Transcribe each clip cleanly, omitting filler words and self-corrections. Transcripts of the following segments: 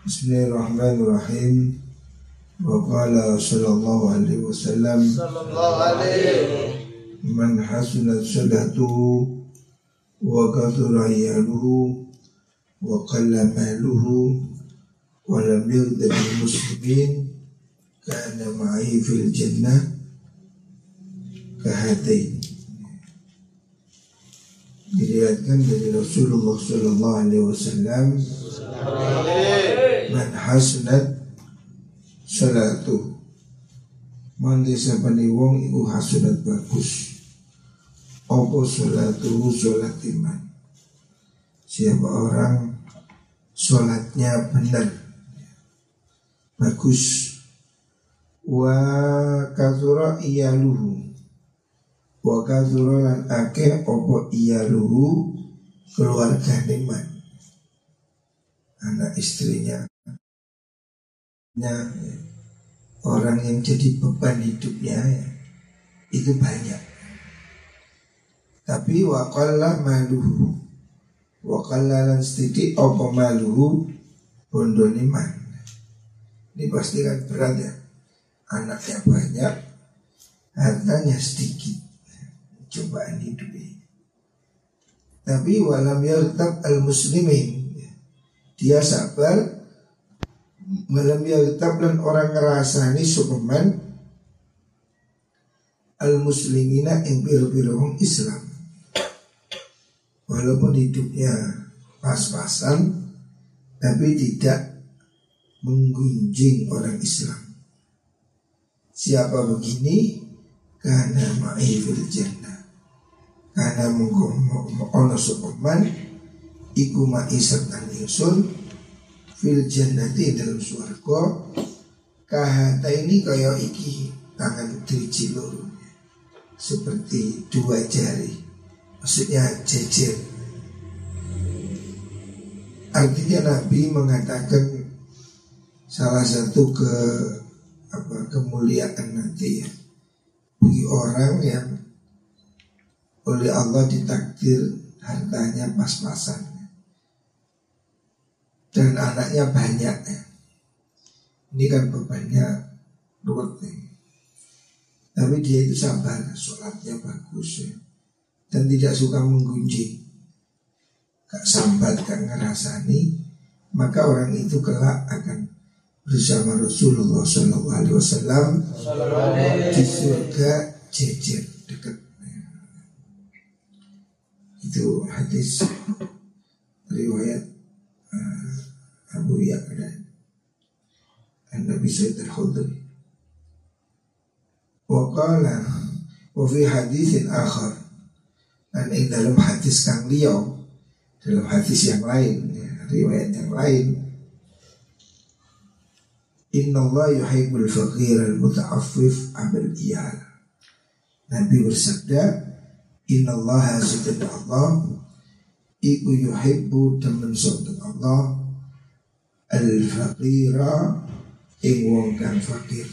Bismillahirrahmanirrahim. Wa qala sallallahu alaihi wasallam man hasunat salatuhu wa kathura iyaluhu wa qalla maluhu wa lam yughdab bil muslimin kana ma'i fil jannah kahatain. Diriwayatkan dari Rasulullah sallallahu alaihi wasallam, man hasunat salatu, mandi sapani wong iku hasunat bagus. Apa salatu salat iman. Siapa orang salatnya benar, bagus. Wa kathura iyaluhu, wa kathura lan akeh apa iyaluhu, keluarga iman, anak istrinya, orang yang jadi beban hidupnya itu banyak. Tapi waqalla maluhu, waqalla lan sedikit apa maluhu, bondo iman. Ini pasti kan berat ya. Anaknya banyak, hartanya sedikit, cobaan hidup ini. Tapi walam yartab al-muslimin, dia sabar. Walam yartab dan orang ngerasani sukuman al-muslimina yang biru-biru orang Islam. Walaupun hidupnya pas-pasan, tapi tidak menggunjing orang Islam. Siapa begini? Karena ma'i fil jannah, karena mengkono sukuman iku ma'i serta ingsun fil jannati dalam surga. Kahata ini kaya iki tangan driji loro, seperti dua jari, maksudnya jejer. Artinya Nabi mengatakan salah satu kemuliaan nanti ya, bagi orang yang oleh Allah ditakdir hartanya pas-pasan dan anaknya banyak ya. Ini kan bebannya ruwet nih. Tapi dia itu sabar, sholatnya bagus ya, dan tidak suka menggunjing, gak sambat, gak ngerasani. Maka orang itu kelak akan bersama Rasulullah SAW di surga jejer dekat. Itu hadis riwayat Abu Ya'la An-Nabi Sayyid Al-Khudri. Wa qala wa fi hadithin akhar, dan ing dalam hadis kang liya, dalam hadis yang lain ya, riwayat yang lain, inna Allah yuhibbul faqir al-muta'affif abal iyal. Nabi bersabda, inna Allah hasidun Allah iku yuhibbu temen sobat Allah al-faqira ing wong kang fakir.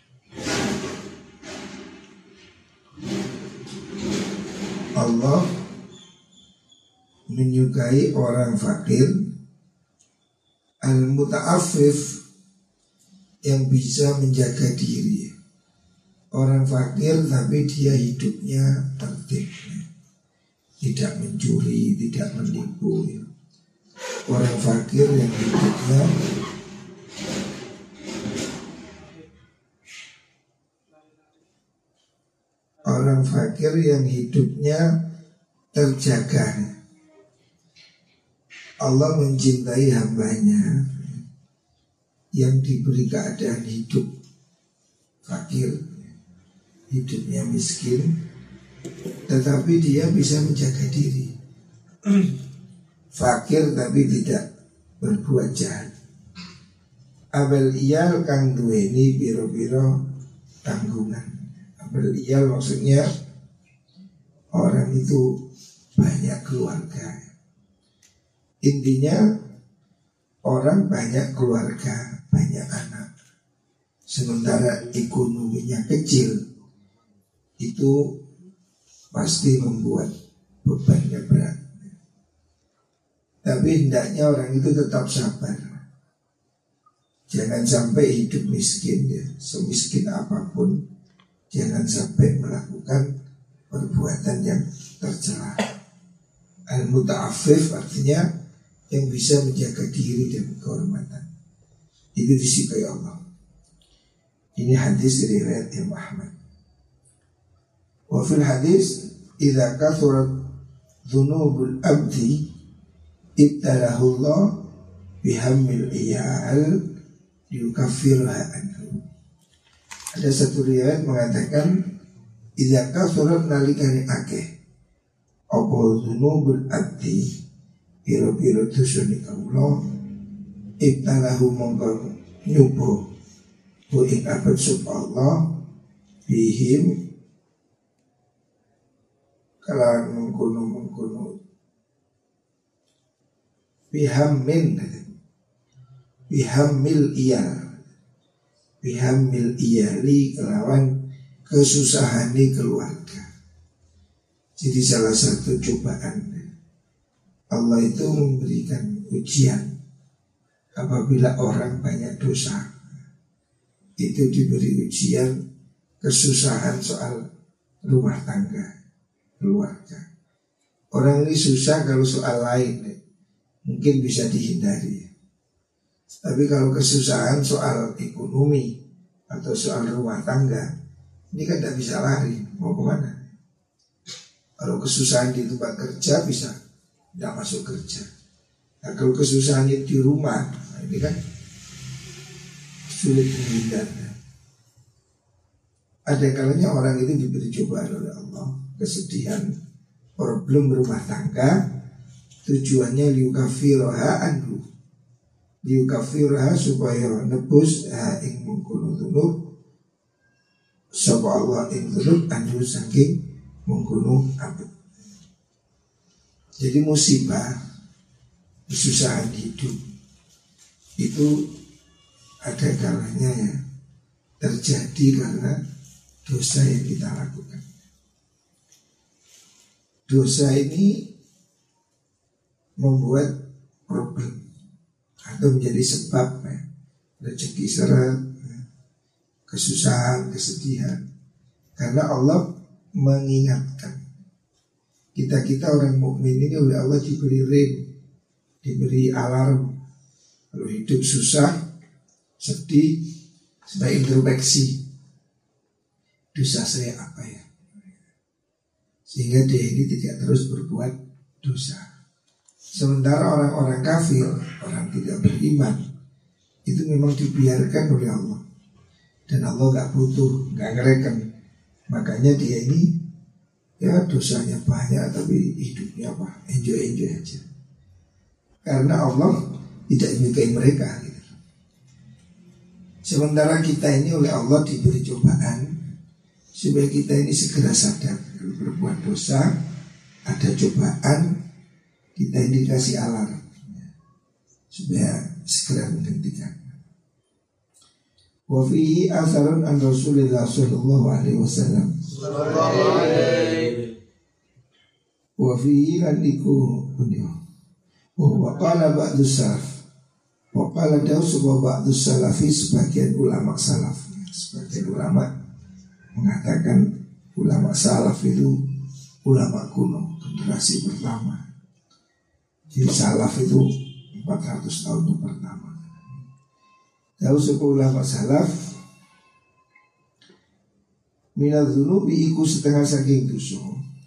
Allah menyukai orang fakir, al-muta'affif, yang bisa menjaga diri. Orang fakir tapi dia hidupnya tertib, tidak mencuri, tidak menipu. Orang fakir yang hidupnya terjaga. Allah mencintai hambanya yang diberi keadaan hidup fakir, hidupnya miskin, tetapi dia bisa menjaga diri. Fakir tapi tidak berbuat jahat. Abel iyal kang duweni biro-biro tanggungan. Abel iyal maksudnya orang itu banyak keluarga. Intinya orang banyak keluarga, banyak anak, sementara ekonominya kecil, itu pasti membuat bebannya berat. Tapi hendaknya orang itu tetap sabar. Jangan sampai hidup miskin ya, semiskin apapun, jangan sampai melakukan perbuatan yang tercela. Al-muta'affif artinya yang bisa menjaga diri dan kehormatan. Itu disukai Allah. Ini hadis riwayat Imam Ahmad. Wa fil hadis idza kathurat dzunubul abdi ibtalahu Allah bihammil iyal yukaffiruha anhu. Ada satu riwayat mengatakan idza kathurat nalikani akeh apa dzunubul abdi piro-piro dosane Allah ibtalahu mongko nyupo bu ing abad sub Allah bihim kalawan mengkono bihammil iyali kelawan kesusahani keluarga. Jadi salah satu cobaan Allah itu memberikan ujian apabila orang banyak dosa. Itu diberi ujian kesusahan soal rumah tangga, keluarga. Orang ini susah kalau soal lain mungkin bisa dihindari. Tapi kalau kesusahan soal ekonomi atau soal rumah tangga, ini kan tidak bisa lari, mau kemana? Kalau kesusahan di tempat kerja bisa tidak masuk kerja. Nah, kalau kesusahan di rumah, nah ini kan sulit menghindarnya. Ada kalanya orang itu diberi cobaan oleh Allah, kesedihan, problem rumah tangga, tujuannya liukafiroha anhu, liukafiroha supaya nebus ing mengkono dzunub sapa Allah ing dzunub anhu saking mengkono abad. Jadi musibah, kesusahan hidup itu ada kalanya ya terjadi karena dosa yang kita lakukan. Dosa ini membuat problem atau menjadi sebab ya, rezeki seret, ya, kesusahan, kesedihan. Karena Allah mengingatkan kita orang mukmin ini oleh Allah diberi rem, diberi alarm. Kalau hidup susah, sedih, sudah introspeksi, dosa saya apa ya? Sehingga dia ini tidak terus berbuat dosa. Sementara orang-orang kafir, orang tidak beriman, itu memang dibiarkan oleh Allah. Dan Allah gak butuh, gak ngereken. Makanya dia ini ya dosanya banyak tapi hidupnya apa? Enjoy aja. Karena Allah tidak menyukai mereka gitu. Sementara kita ini oleh Allah diberi cobaan supaya kita ini segera sadar kalau berbuat dosa, ada cobaan, kita ini dikasih alarm supaya segera menghentikan. Wa fihi asarun an Rasulillah sallallahu alaihi wasallam. Wa fihi lan iku punya. Wa qala ba'du salaf. Wa qala dawu ba'du salafi, sebagian ulama salaf. Sebagian ulama mengatakan ulama salaf itu ulama kuno, generasi pertama. Jadi salaf itu 400 tahun itu pertama. Tahu suku ulama salaf minal dzunubi iku setengah saking dosa.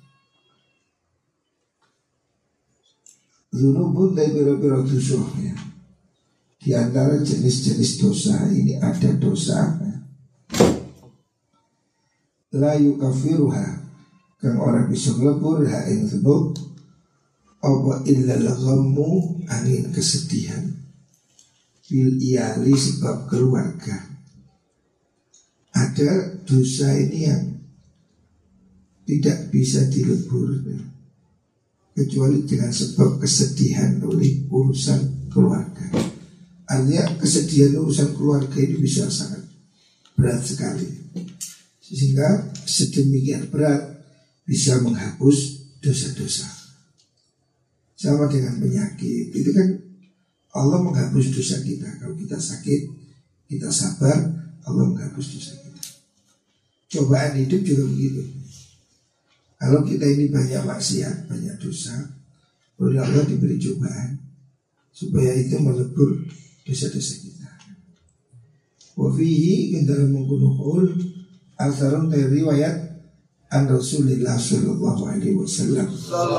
Dzunubun dari pira-pira dosa ya. Di antara jenis-jenis dosa ini ada dosa la yukafiruha kang orang bisa nglebur ha ing dzunub apa illa laghammu angin kesedihan bil iyali sebab keluarga. Ada dosa ini yang tidak bisa dilebur kecuali dengan sebab kesedihan oleh urusan keluarga. Artinya kesedihan urusan keluarga ini bisa sangat berat sekali, sehingga sedemikian berat bisa menghapus dosa-dosa. Sama dengan penyakit, itu kan Allah menghapus dosa kita. Kalau kita sakit kita sabar, Allah menghapus dosa kita. Cobaan hidup juga begitu. Kalau kita ini banyak maksiat, banyak dosa, oleh Allah diberi cobaan supaya itu melebur dosa-dosa kita. Wa fihi dalam menggunung al-sarun dari riwayat an Rasulillah sallallahu alaihi wasallam.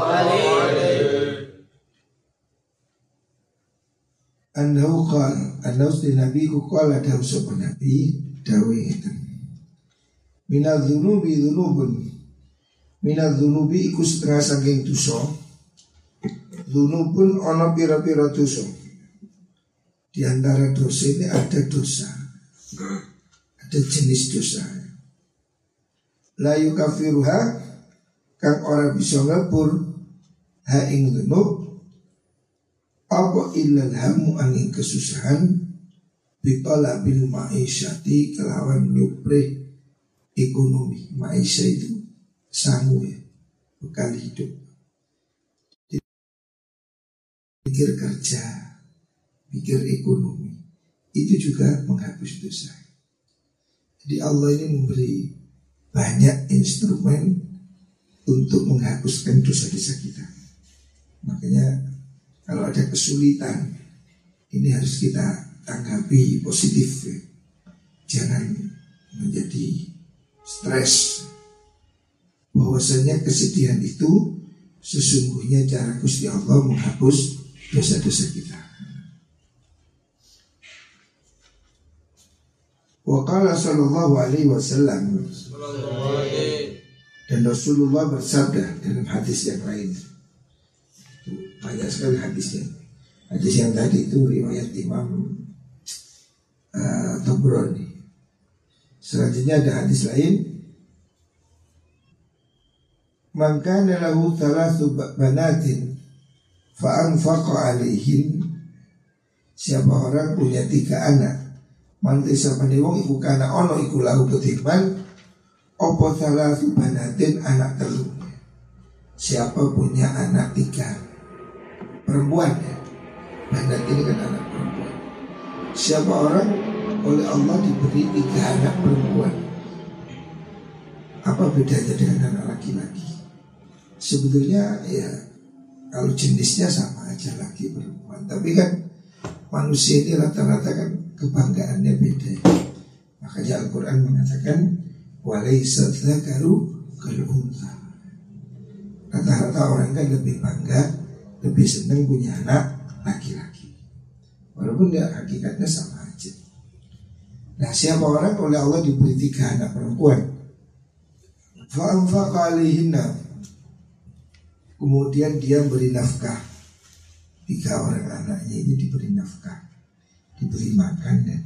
Annahu qala, annahu nabi ku qala dawu sapa nabi dawe ngeten. Minadz-dzunubi dzunubun. Minadz-dzunubi iku setengah saking dosa. Dzunubun ana pira-pira dosa. Di antara dosa ini ada dosa. Ada jenis dosa. La yukafiruha kang ora bisa ngepur ha ing dzunub apa illal hamu angin kesusahan bitala bil ma'isyati kelawan nyuprih ekonomi. Ma'isyah itu sangu ya, bekal hidup. Pikir kerja, pikir ekonomi, itu juga menghapus dosa. Jadi Allah ini memberi banyak instrumen untuk menghapuskan dosa-dosa kita. Makanya kalau ada kesulitan, ini harus kita tanggapi positif ya. Jangan menjadi stres. Bahwasanya kesedihan itu sesungguhnya cara Gusti Allah menghapus dosa-dosa kita. Wa qala sallallahu alaihi wasallam, dan Rasulullah bersabda dalam hadis yang lain. Banyak sekali hadisnya. Hadis yang tadi itu riwayat Imam Tabrani. Selanjutnya ada hadis lain. Man kana lahu thalathu banatin fa anfaqa alaihin. Siapa orang punya 3 anak, man desa wong iku kana ono iku lahu ketiman opo thalathu banatin anak telu. Siapa punya anak 3 perempuan ya, banat ini kan anak perempuan. Siapa orang oleh Allah diberi 3 anak perempuan, apa bedanya dengan anak laki-laki? Sebetulnya ya kalau jenisnya sama aja laki perempuan, tapi kan manusia ini rata-rata kan kebanggaannya beda. Makanya Al-Quran mengatakan walaysa dzakaru kal untha. Rata-rata orang kan lebih bangga, lebih senang punya anak laki-laki, walaupun dia hakikatnya sama aja. Nah, siapa orang oleh Allah diberi 3 anak perempuan, fa'anfaqa alaihinna, kemudian dia beri nafkah, 3 orang anaknya ini diberi nafkah, diberi makan dan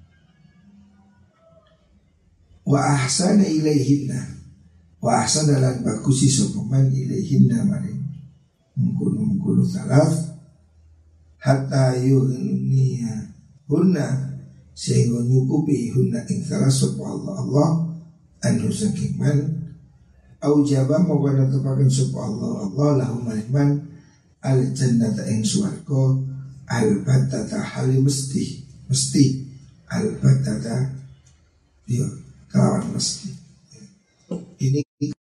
wa ahsana ilaihinna, wa ahsana lan bagusi sopaman ilaihinna maring mengkulu salaf hatta yughniya hunna, sehingga nyukupi hunna ing salah sapa Allah anu saking man aujaba mawala tepakan sapa Allah lahum man al jannata ing swarga al batata hali mesti al batata yo kelawan mesti. Ini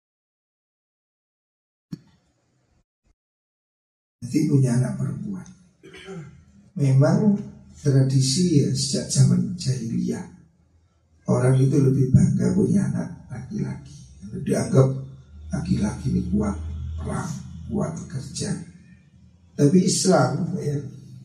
nanti punya anak perempuan. Memang tradisi ya sejak zaman jahiliyah, orang itu lebih bangga punya anak laki-laki. Dianggap laki-laki ini kuat perang, kuat kerja. Tapi Islam ya,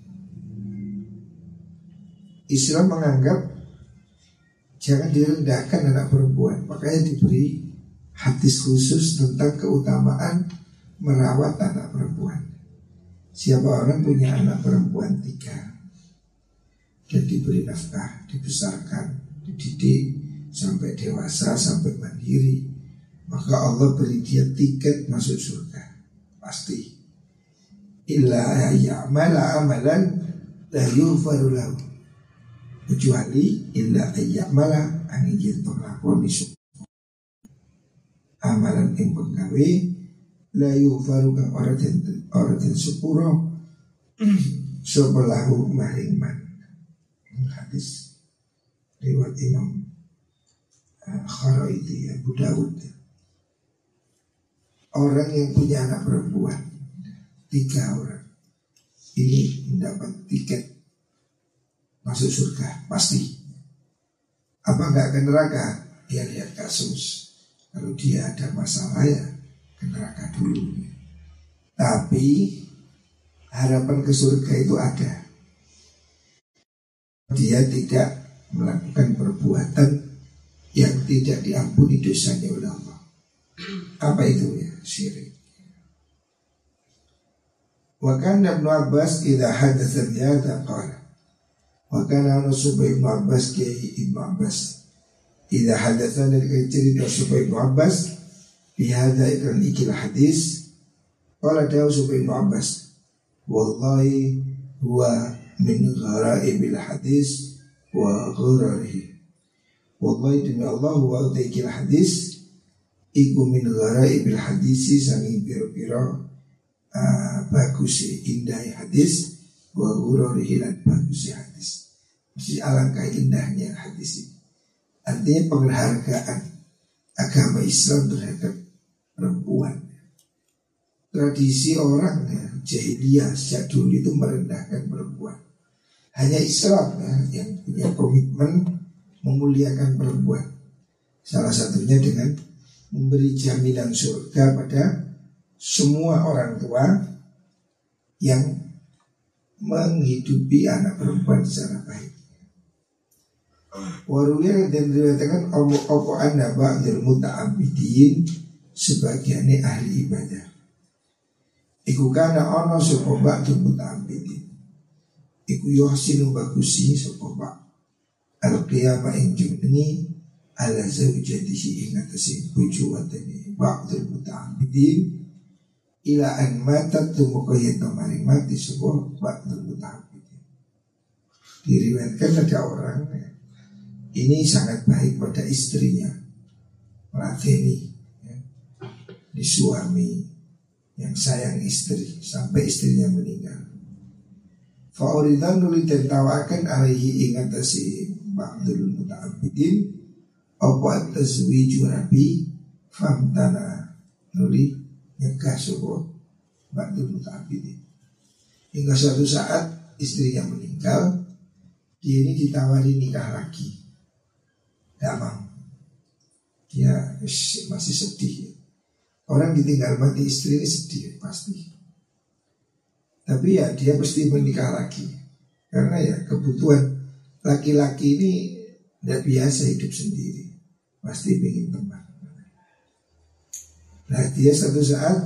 Islam menganggap jangan direndahkan anak perempuan. Makanya diberi hadis khusus tentang keutamaan merawat anak perempuan. Siapa orang punya anak perempuan 3 dan diberi nafkah, dibesarkan, dididik sampai dewasa, sampai mandiri, maka Allah beri dia tiket masuk surga pasti. Illa ya'mala amalan la yughfaru lahu, kecuali illa ya'mala angin lakoni amalan yang penggawe la yughfaru kang ora den sepuro sebelahu maring man. Hadis riwayat Imam Kharaiti Abu Dawud. Orang yang punya anak perempuan 3 orang ini mendapat tiket masuk surga pasti. Apa enggak ke neraka? Dia lihat kasus. Kalau dia ada masalah ya ke neraka dulu. Tapi harapan ke surga itu ada. Dia tidak melakukan perbuatan yang tidak diampuni dosanya oleh Allah. Apa itu ya? Syirik. Wa kana Ibnu Abbas idza hadatsa bi'adha qala. Wa kana Ibnu Abbas Ibnu Abbas idza hadatsa dari cerita Ibnu Abbas bihadza ikran ikil hadis. Qala dawu Ibnu Abbas wallahi huwa min ghara'ibil hadis wa ghurarihi. Wallahi demi Allah wa ikil hadis iku min ghara'ibil hadisi sangi pira-pira bagus indah hadis wa ghurarihi lan bagus hadis. Mesti alangkah indahnya hadis ini. Artinya penghargaan agama Islam terhadap perempuan. Tradisi orang jahiliyah sejak dulu itu merendahkan perempuan. Hanya Islam yang punya komitmen memuliakan perempuan. Salah satunya dengan memberi jaminan surga pada semua orang tua yang menghidupi anak perempuan secara baik. Waruya dan diriwayatkan opo anna ba'dul muta'abbidin sebagiannya ahli ibadah. Iku kana ana sapa ba'dul muta'abbidin. Iku yuhsinu bagusi sapa ba' al-qiyamah ing jenengi ala zaujatihi ing atase bojo watene ba'dul muta'abbidin ila an matat tumuka yaitu maring mati sebuah ba'dul muta'abbidin. Diriwayatkan ada orang ini sangat baik pada istrinya, melatih di suami yang sayang istri sampai istrinya meninggal. Fa'uridan nuli tertawakan alaihi ingatasi ba'dul muta'abbidin apa tazwiju rabi famtana nuli nyegah sebuah ba'dul muta'abbidin. Hingga suatu saat istrinya meninggal, dia ini ditawari nikah lagi, gak mau. Dia masih sedih. Orang ditinggal mati istri ini sedih pasti. Tapi ya dia pasti menikah lagi. Karena ya kebutuhan laki-laki ini tidak biasa hidup sendiri. Pasti ingin teman. Nah dia satu saat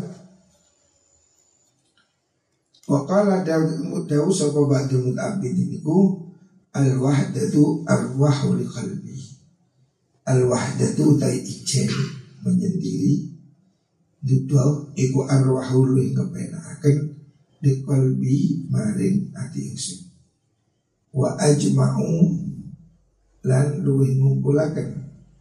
waqala Dawu sapa ba'dul muta'abbidin iku al-wahdatu arwahu li qalbi. Al-wahdatu tai ijen menyendiri dudal iku arwahu luwih kepenakaken di qalbi maring ati ingsun. Wa ajma'u lan luwih ngumpulaken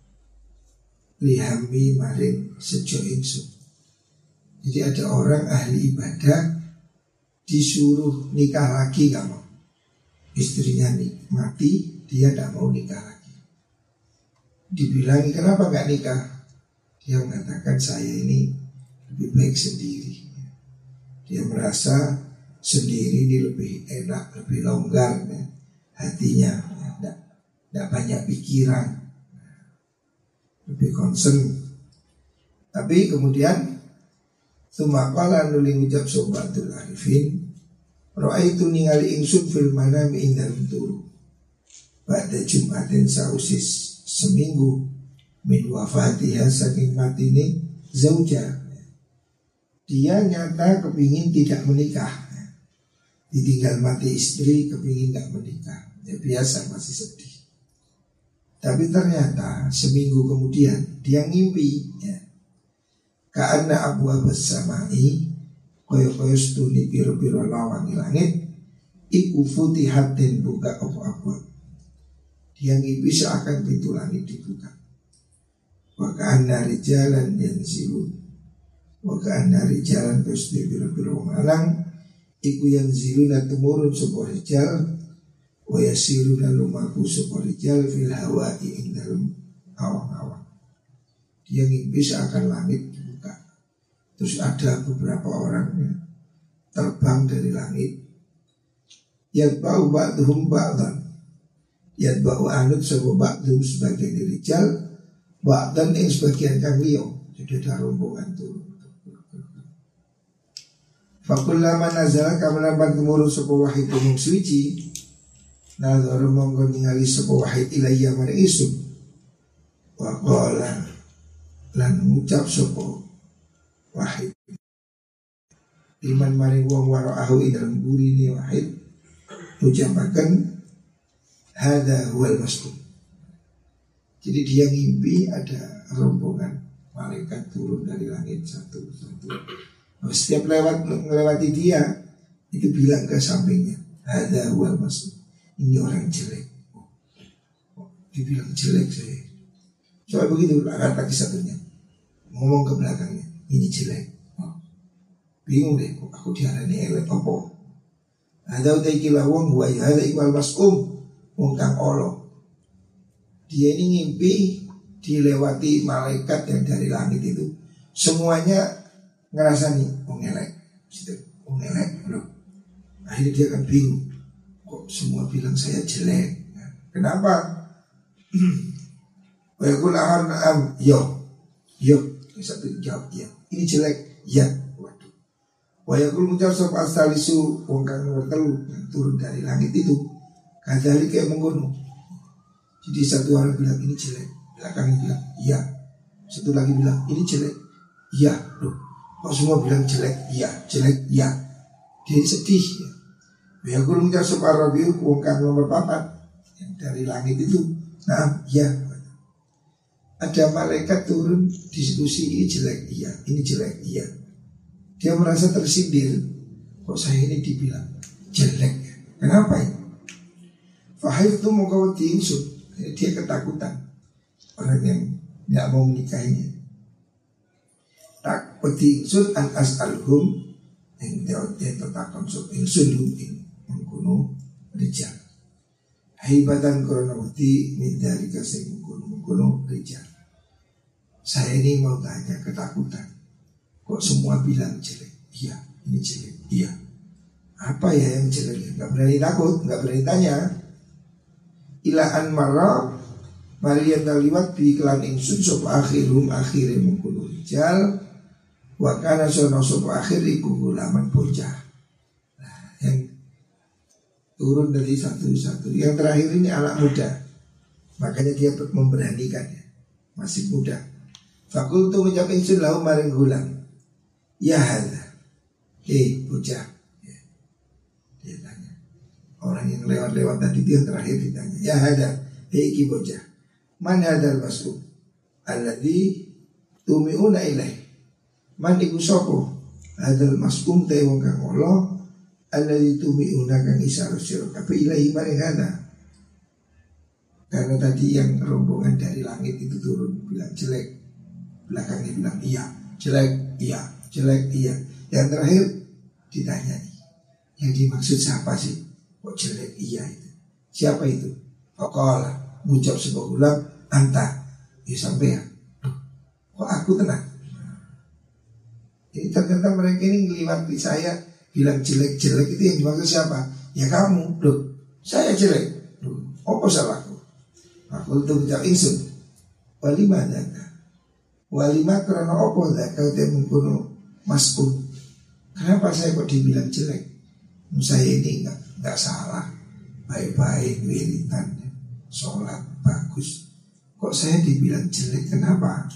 lihami maring sejo ingsun. Jadi ada orang ahli ibadah disuruh nikah lagi gak mau. Istrinya mati, dia gak mau nikah lagi. Dibilangi kenapa gak nikah? Dia mengatakan saya ini lebih baik sendiri. Dia merasa sendiri ini lebih enak, lebih longgar hatinya, tidak banyak pikiran, lebih concern. Tapi kemudian Sumaqala nuli ngucap sobatul arifin Ra'aitu ningali ingsun fil manami ing dalem turu pada Jumatin sausis seminggu min wafatiha saking matine zauja. Dia nyata kepingin tidak menikah, ditinggal mati istri kepingin tidak menikah. Ya biasa masih sedih. Tapi ternyata seminggu kemudian dia ngimpi ya. Ka'anna abu abas-samai koyo-koyo stuni piro-piro lawangi langit iku futihatin buka apa-apa. Dia ngimpi seakan pintu langit dibuka. Wa ka'anna rijalan yanzilun. Wa ka'anna rijalan pasti piro-piro malang iku yanziluna tumurun sebuah rijal wa yasiruna lumaku sapa rijal fil hawa'i ing dalem awang-awang. Dia ngimpi seakan langit dibuka. Terus ada beberapa orang terbang dari langit. Yatba'u ba'duhum ba'dan. Yatba'u anut sapa ba'duhum sebagian rijal, ba'dan ing sebagian kang liya. Jadi ada rombongan turun. Fakullama nazala kamana bagmuru sapa wahid mung suci. Nazar monggo ningali sapa wahid ilayya mar isun. Wa qala lan ngucap sapa wahid liman maring wong waraahu ing dalem burine wahid ucapaken hadza huwal mas'um. Jadi dia ngimpi ada rombongan malaikat turun dari langit satu-satu. Setiap melewati dia itu bilang ke sampingnya, hadza huwal mas'um. Ini orang jelek. Dibilang jelek saya. Soal begitu kata satunya. Ngomong ke belakangnya, ini jelek. Bingung deh, kok aku diarani elek apa? Ada utai kila wong huwa ada ikwal mas'um wong kang olo. Dia ini ngimpi dilewati malaikat yang dari langit itu. Semuanya ngerasani wong elek. Wong elek loh. Akhirnya dia akan bingung. Kok semua bilang saya jelek? Kenapa? Wa yaqul na'am, yo. Satu jawab ya. Ini jelek, ya. Waduh. Wa yaqul ngucap sapa astalisu wong kang nomor 3 yang turun dari langit itu. Kadzalika kayak mengkono. Jadi satu orang bilang ini jelek, belakangnya bilang iya. Satu lagi bilang ini jelek, iya. Loh, kok semua bilang jelek, iya, jelek, iya. Dia sedih ya. Ya guru ngucap sapa Rabi wong kang nomor 4 yang dari langit itu. Nah, ya. Ada malaikat turun diskusi ini jelek, iya, ini jelek, iya. Dia merasa tersindir. Kok saya ini dibilang jelek? Kenapa ini? Fahif tu muka ingsun. Dia ketakutan. Orang yang tidak mau menikahinya. Tak peti ingsun an as'alhum yang dia tertakon sub ingsun ing mengkuno rijal. Haibatan korona wedi mindari kasih mengkuno rijal. Saya ini mau tanya ketakutan. Kok semua bilang jelek? Iya, ini jelek. Iya. Apa ya yang jelek? Gak berani takut, gak berani tanya. Ilaan marra Marian taliwat bi iklan ingsun sop akhirum akhire mengkuno rijal. Wakana sono sop akhir iku gulaman bocah. Nah, yang turun dari satu-satu. Yang terakhir ini anak muda. Makanya dia memberanikannya. Masih muda. Fakultu menjawab ingsun lahu maring gulam. Ya hadza. Bocah. Ya. Dia tanya. Orang yang lewat-lewat tadi dia terakhir ditanya. Ya hadza. Iki bocah. Man hadzal mas'um alladzi tumiuna ilaih. Man iku sapa? Hadzal mas'um te wong kang Allah alladzi tumiuna kang isar sira kabeh ilahi maring hadza. Karena tadi yang rombongan dari langit itu turun bilang jelek. Belakangnya bilang iya, jelek, iya, jelek, iya. Yang terakhir ditanyai, yang dimaksud siapa sih? Kok jelek iya itu? Siapa itu? Faqala ngucap sebuah ulang anta. Ya sampai ya. Kok aku tenang? Jadi ternyata mereka ini ngeliwati saya bilang jelek-jelek itu yang dimaksud siapa? Ya kamu. Loh, saya jelek. Loh, apa salahku? Aku untuk ucap ingsun. Walimah daka. Walimah karena apa daka dia mengkuno mas'um. Kenapa saya kok dibilang jelek? Saya ini enggak salah. Baik-baik, wiritan, sholat, bagus. Kok saya dibilang jelek? Kenapa?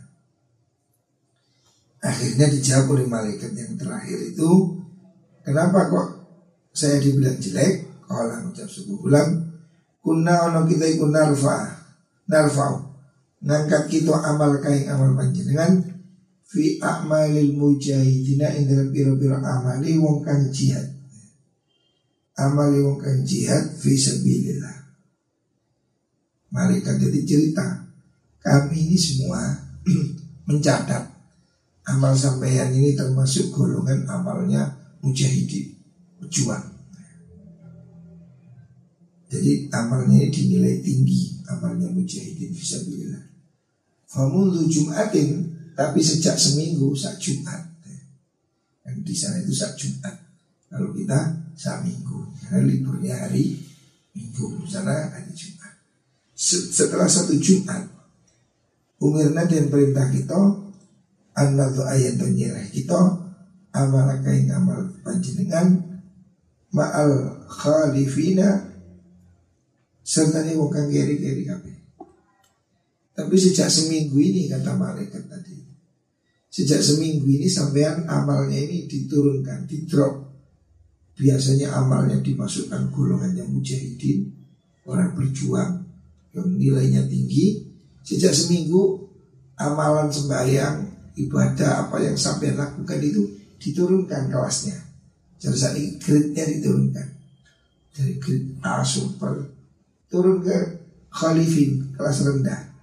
Akhirnya dijawab oleh malaikat yang terakhir itu, kenapa kok saya dibilang jelek? Kalau ngucap suku ulang, kunna ono kita ikut narfa'u ngangkat kita amal kain amal panjenengan fi a'malil mujahidina ing dalam pira-pira amali wong kang jihad. Amali wong kang jihad fi sabilillah. Malaikat jadi cerita, kami ini semua mencatat amal sampeyan ini termasuk golongan amalnya mujahidin, pejuang. Jadi amalnya dinilai tinggi, amalnya mujahidin fisabilillah. Famundu Jumatin, tapi sejak seminggu saat Jumat. Yang di sana itu saat Jumat. Kalau kita saat Minggu, karena liburnya hari Minggu, di sana hari Jumat. Setelah satu Jumat, umirna dan perintah kita, anadu ayat dan nyerah kita, amalakain amal panjenengan, ma'al khalifina, serta ini bukan kiri-kiri kabeh. Tapi sejak seminggu ini kata malaikat tadi, sejak seminggu ini sampean amalnya ini diturunkan, di-drop. Biasanya amalnya dimasukkan golongannya mujahidin, orang berjuang yang nilainya tinggi. Sejak seminggu amalan sembahyang, ibadah apa yang sampean lakukan itu diturunkan kelasnya. Jadi grade-nya diturunkan dari grade A super turun ke khalifin, kelas rendah.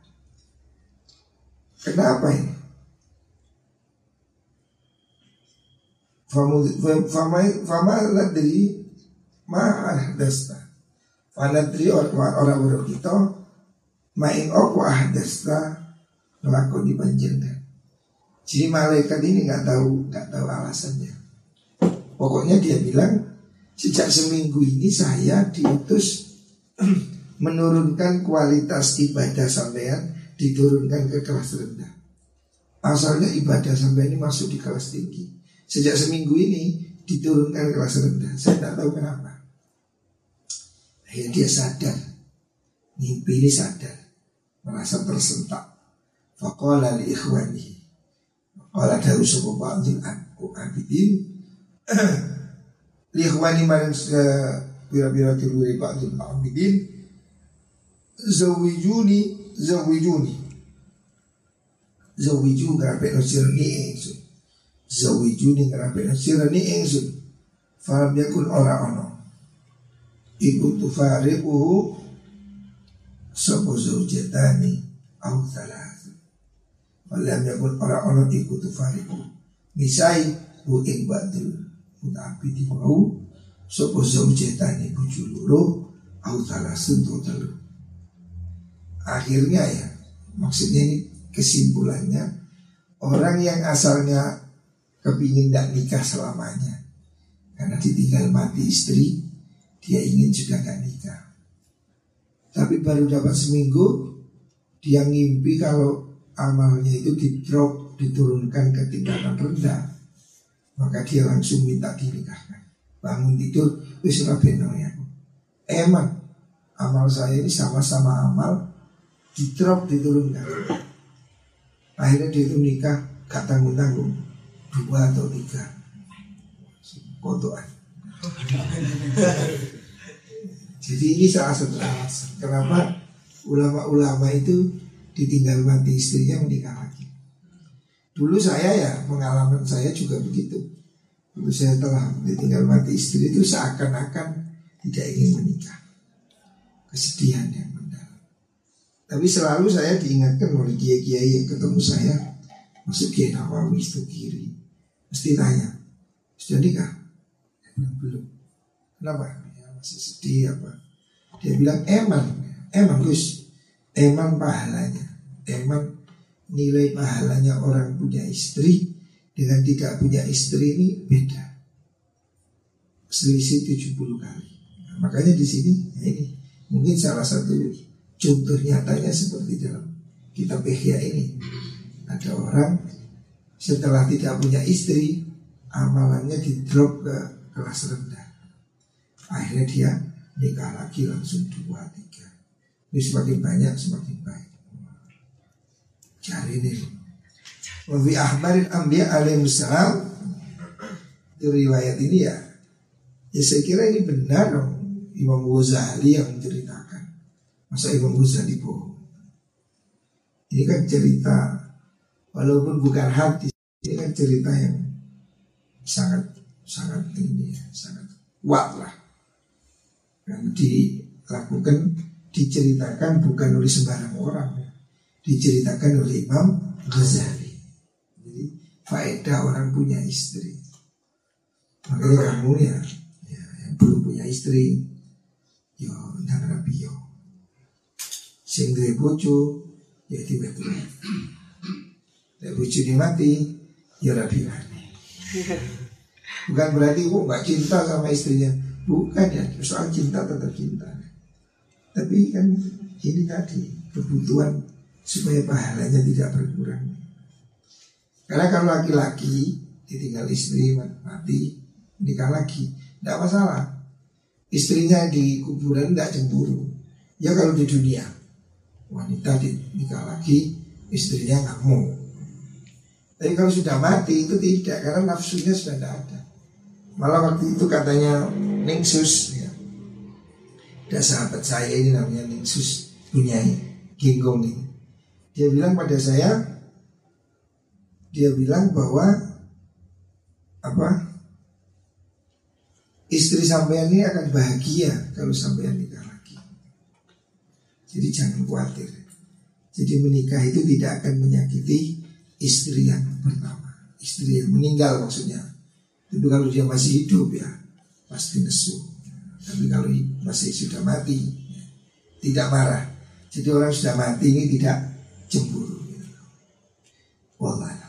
Kenapa ini? Fama ladri ma'ah dasta. Fanadri orang-orang kita ma'ing opo ahdasta ngelakoni panjenengan. Jadi malaikat ini nggak tahu alasannya. Pokoknya dia bilang sejak seminggu ini saya diutus menurunkan kualitas ibadah sampean, diturunkan ke kelas rendah. Asalnya ibadah sampean ini masuk di kelas tinggi. Sejak seminggu ini diturunkan ke kelas rendah. Saya tidak tahu kenapa. Akhirnya dia sadar, mimpi ini sadar, merasa tersentak. Faqala li ikhwanihi, qala dawu sapa ba'dul abidin li ikhwani man bira-bira tiru ba'dul abidin zawijuni ngerape sirni ingsun, zawijuni ngerape sirni ingsun, falam yakun ora ono iku tufariquhu sapa zaujatani au thalath, falam yakun ora ono iku tufariquhu misai bu ing ba'dul mutabidi au sapa zaujatani bojo loro au thalath telu. Akhirnya ya, maksudnya ini kesimpulannya, orang yang asalnya kepingin tidak nikah selamanya karena ditinggal mati istri, dia ingin juga gak nikah. Tapi baru dapat seminggu, dia ngimpi kalau amalnya itu di-drop, diturunkan ke tingkatan rendah, maka dia langsung minta dinikahkan. Bangun tidur, wis ora beno ya. Emang amal saya ini sama-sama amal, di-drop, diturunkan. Akhirnya dia itu nikah gak tanggung-tanggung, 2 atau 3 kotoan. Jadi ini salah satu alasan kenapa ulama-ulama itu ditinggal mati istrinya menikah lagi. Dulu saya ya, pengalaman saya juga begitu. Dulu saya telah ditinggal mati istri itu seakan-akan tidak ingin menikah. Kesedihan yang mendalam. Tapi selalu saya diingatkan oleh kiai-kiai yang ketemu saya, masuk Kiai Nawawi itu kiri, mesti tanya, sudah nikah? Saya bilang belum. Kenapa? Ya, masih sedih apa? Dia bilang emang Gus, emang pahalanya, emang nilai pahalanya orang punya istri dengan tidak punya istri ini beda, selisih 70 kali. Nah, makanya di sini, ya ini mungkin salah satu contoh nyatanya seperti dalam kitab Ihya ini. Ada orang setelah tidak punya istri, amalannya di-drop ke kelas rendah. Akhirnya dia nikah lagi langsung 2, 3. Ini semakin banyak semakin baik. Cari ini. Wafi ahbarin anbiya alaihissalam, itu riwayat ini ya saya kira ini benar dong. Imam Ghazali yang menceritakan. Masa Imam Ghazali bohong? Ini kan cerita, walaupun bukan hadis, ini kan cerita yang sangat ini ya, sangat kuat lah. Yang dilakukan, diceritakan bukan oleh sembarang orang ya. Diceritakan oleh Imam Ghazali. Jadi faedah orang punya istri. Makanya kamu ya yang belum punya istri, yo nang rabi yo. Sing duwe bojo ya diwetu. Nek bojone mati ya rabi mati. Bukan berarti kok nggak cinta sama istrinya, bukan ya, soal cinta tetap cinta. Tapi kan ini tadi kebutuhan supaya pahalanya tidak berkurang. Karena kalau laki-laki ditinggal istri mati nikah lagi, tidak masalah. Istrinya di kuburan tidak cemburu. Ya kalau di dunia wanita nikah lagi, istrinya nggak mau. Tapi kalau sudah mati itu tidak, karena nafsunya sudah tidak ada. Malah waktu itu katanya Ningsus ya, ada sahabat saya ini namanya Ningsus Bunyai Ginggong ini. Dia bilang pada saya, dia bilang bahwa istri sampean ini akan bahagia kalau sampean nikah lagi. Jadi jangan khawatir. Jadi menikah itu tidak akan menyakiti istri yang pertama, istri yang meninggal maksudnya. Tapi kalau dia masih hidup ya pasti nesu. Tapi kalau masih sudah mati ya, tidak marah. Jadi orang sudah mati ini tidak cemburu. Wallah.